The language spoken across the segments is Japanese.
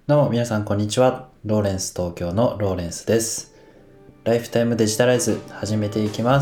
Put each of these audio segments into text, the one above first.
どうも皆さんこんにちは。ローレンス東京のローレンスです。ライフタイムデジタライズ始めていきます。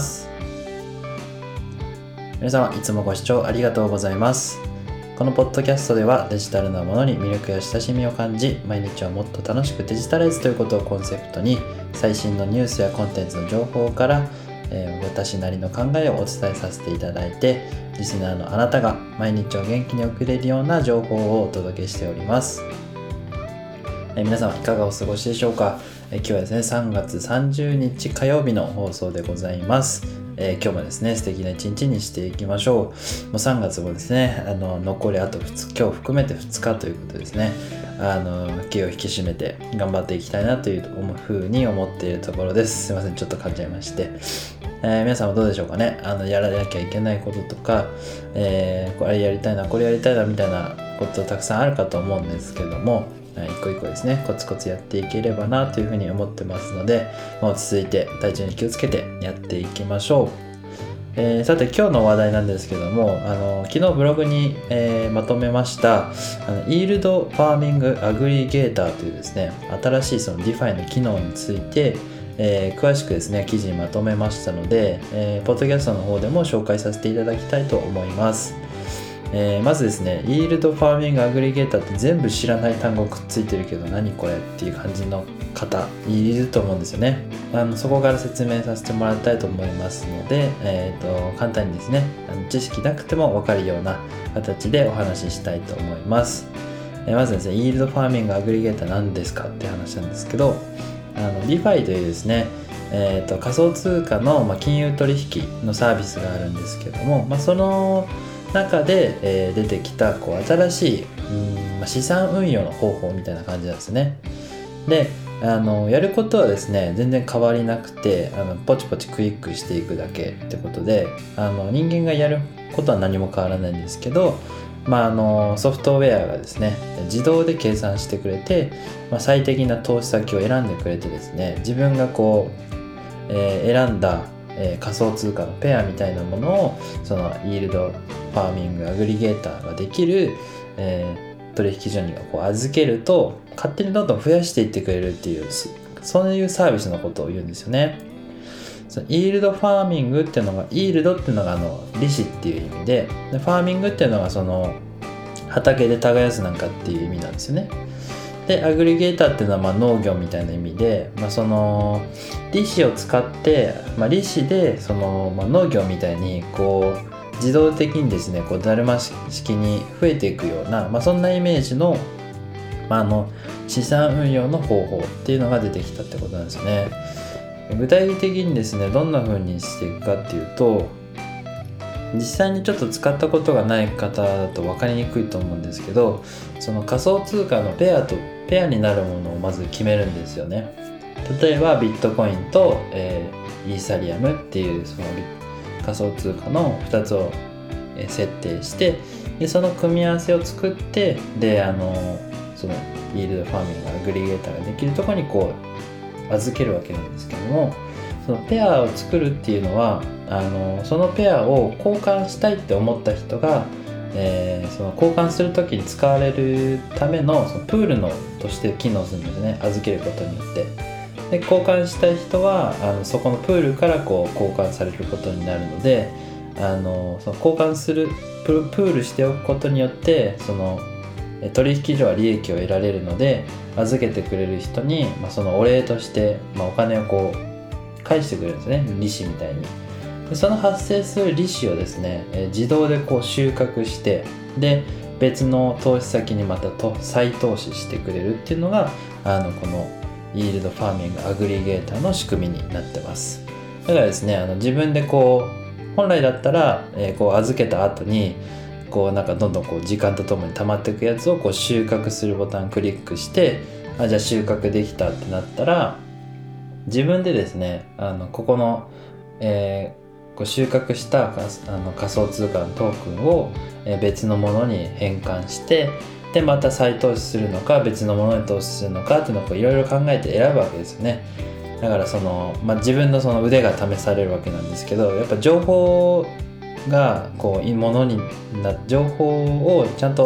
皆様いつもご視聴ありがとうございます。このポッドキャストではデジタルなものに魅力や親しみを感じ、毎日をもっと楽しくデジタライズということをコンセプトに、最新のニュースやコンテンツの情報から、私なりの考えをお伝えさせていただいて、リスナーのあなたが毎日を元気に送れるような情報をお届けしております。皆様いかがお過ごしでしょうか。今日はですね3月30日火曜日の放送でございます。今日もですね素敵な一日にしていきましょう。もう3月もですね残りあと2日、今日含めて2日ということですね。気を引き締めて頑張っていきたいなというふうに思っているところです。すいません、ちょっと噛んじゃいまして、皆さんはどうでしょうかね。やらなきゃいけないこととか、これやりたいなこれやりたいなみたいなことたくさんあるかと思うんですけども、一個一個ですねコツコツやっていければなというふうに思ってますので、落ち着いて体調に気をつけてやっていきましょう。さて今日の話題なんですけども、昨日ブログに、まとめましたイールドファーミングアグリゲーターというですね新しいその DeFi の機能について、詳しくですね記事にまとめましたので、ポッドキャストの方でも紹介させていただきたいと思います。まずですね、イールドファーミングアグリゲーターって全部知らない単語くっついてるけど何これっていう感じの方いると思うんですよね。そこから説明させてもらいたいと思いますので、簡単にですね知識なくても分かるような形でお話ししたいと思います。まずですね、イールドファーミングアグリゲーター何ですかって話なんですけど、DeFi というですね仮想通貨の、金融取引のサービスがあるんですけども、その中で、出てきた新しい、資産運用の方法みたいな感じなんですね。でやることはですね全然変わりなくてポチポチクリックしていくだけってことで、人間がやることは何も変わらないんですけど、ソフトウェアがですね自動で計算してくれて、最適な投資先を選んでくれてですね、自分が選んだ仮想通貨のペアみたいなものをそのイールドファーミングアグリゲーターができる、取引所に預けると勝手にどんどん増やしていってくれるっていう、そういうサービスのことを言うんですよね。そのイールドファーミングっていうのが、イールドっていうのが利子っていう意味で、ファーミングっていうのがその畑で耕すなんかっていう意味なんですよね。でアグリゲーターっていうのは農業みたいな意味で、その利子を使って、利子でその、農業みたいに自動的にですねだるま式に増えていくような、そんなイメージの、資産運用の方法っていうのが出てきたってことなんですね。具体的にですねどんな風にしていくかっていうと、実際にちょっと使ったことがない方だと分かりにくいと思うんですけど、その仮想通貨のペアになるものをまず決めるんですよね。例えばビットコインと、イーサリアムっていうその仮想通貨の2つを設定して、でその組み合わせを作って、でそのイールドファーミングアグリゲーターができるところに預けるわけなんですけども、そのペアを作るっていうのはそのペアを交換したいって思った人が、その交換するときに使われるためのそのプールとして機能するんですね、預けることによって。で交換したい人はそこのプールから交換されることになるので、その交換するプールしておくことによってその取引所は利益を得られるので、預けてくれる人に、そのお礼として、お金を返してくれるんですね、利子みたいに。でその発生する利子をですね、自動で収穫して、で別の投資先にまた再投資してくれるっていうのがこのイールドファーミングアグリゲーターの仕組みになってます。だからですね自分で本来だったら、預けた後になんかどんどん時間とともに溜まっていくやつを収穫するボタンクリックして、じゃあ収穫できたってなったら、自分でですねここの、収穫した仮想通貨のトークンを別のものに変換して、でまた再投資するのか別のものに投資するのかっていうのをいろいろ考えて選ぶわけですよね。だから自分のその腕が試されるわけなんですけど、やっぱ情報が情報をちゃんと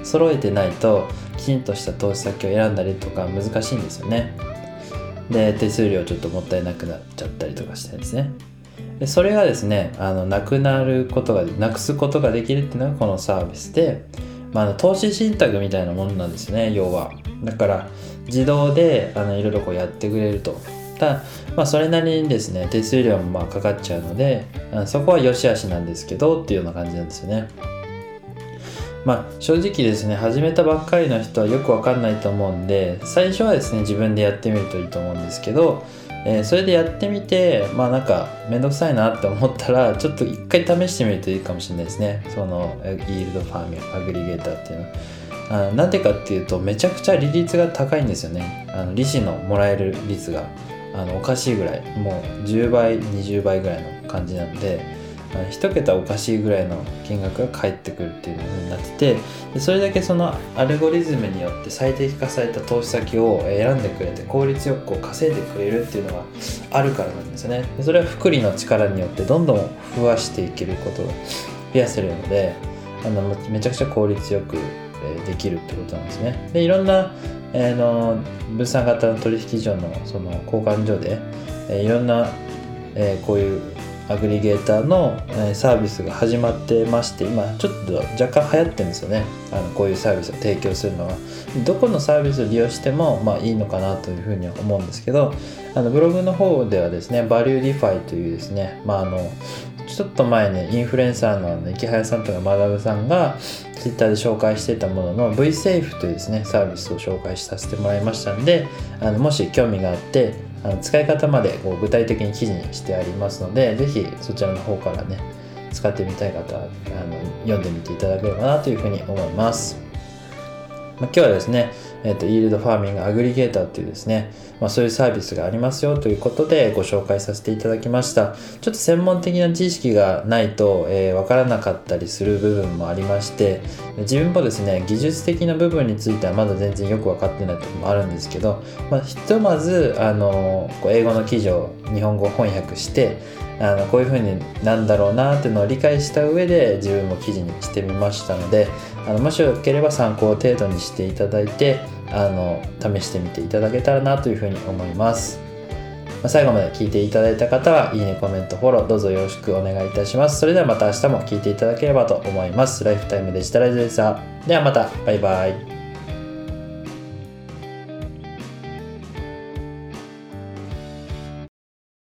揃えてないときちんとした投資先を選んだりとか難しいんですよね。で手数料ちょっともったいなくなっちゃったりとかしてですね。でそれがですねなくすことができるっていうのがこのサービスで、投資信託みたいなものなんですね、要は。だから自動でいろいろこうやってくれると。ただ、それなりにですね手数料もかかっちゃうのでそこは良し悪しなんですけどっていうような感じなんですよね。正直ですね始めたばっかりの人はよくわかんないと思うんで、最初はですね自分でやってみるといいと思うんですけど、それでやってみてなんかめんどくさいなって思ったらちょっと一回試してみるといいかもしれないですね。そのイールドファーミングアグリゲーターっていうのはなんでかっていうとめちゃくちゃ利率が高いんですよね。利子のもらえる率がおかしいぐらい、もう10倍20倍ぐらいの感じなので、1桁おかしいぐらいの金額が返ってくるっていう風になってて、でそれだけそのアルゴリズムによって最適化された投資先を選んでくれて効率よく稼いでくれるっていうのがあるからなんですよね。でそれは複利の力によってどんどん増やしていけることを増やせるのでめちゃくちゃ効率よくできるってことなんですね。でいろんな分散型の取引所のその交換所でいろんなこういうアグリゲーターのサービスが始まってまして、今ちょっと若干流行ってるんですよね。こういうサービスを提供するのはどこのサービスを利用してもいいのかなというふうには思うんですけど、ブログの方ではですねバリューディファイというですね、ちょっと前ねインフルエンサーの池早さんとかマダムさんがツイッターで紹介していたものの VSafe というですねサービスを紹介させてもらいましたので、もし興味があって使い方までこう具体的に記事にしてありますので、ぜひそちらの方からね使ってみたい方は読んでみていただければなというふうに思います。今日はですね、イールドファーミングアグリゲーターというですね、そういうサービスがありますよということでご紹介させていただきました。ちょっと専門的な知識がないとわからなかったりする部分もありまして、自分もですね技術的な部分についてはまだ全然よく分かってないところもあるんですけど、ひとまず英語の記事を日本語翻訳してこういう風になんだろうなっていうのを理解した上で自分も記事にしてみましたので、もしよければ参考程度にしていただいて試してみていただけたらなというふうに思います。最後まで聞いていただいた方はいいね、コメント、フォローどうぞよろしくお願いいたします。それではまた明日も聞いていただければと思います。ライフタイムデジタライズでした。ではまた、バイバイ。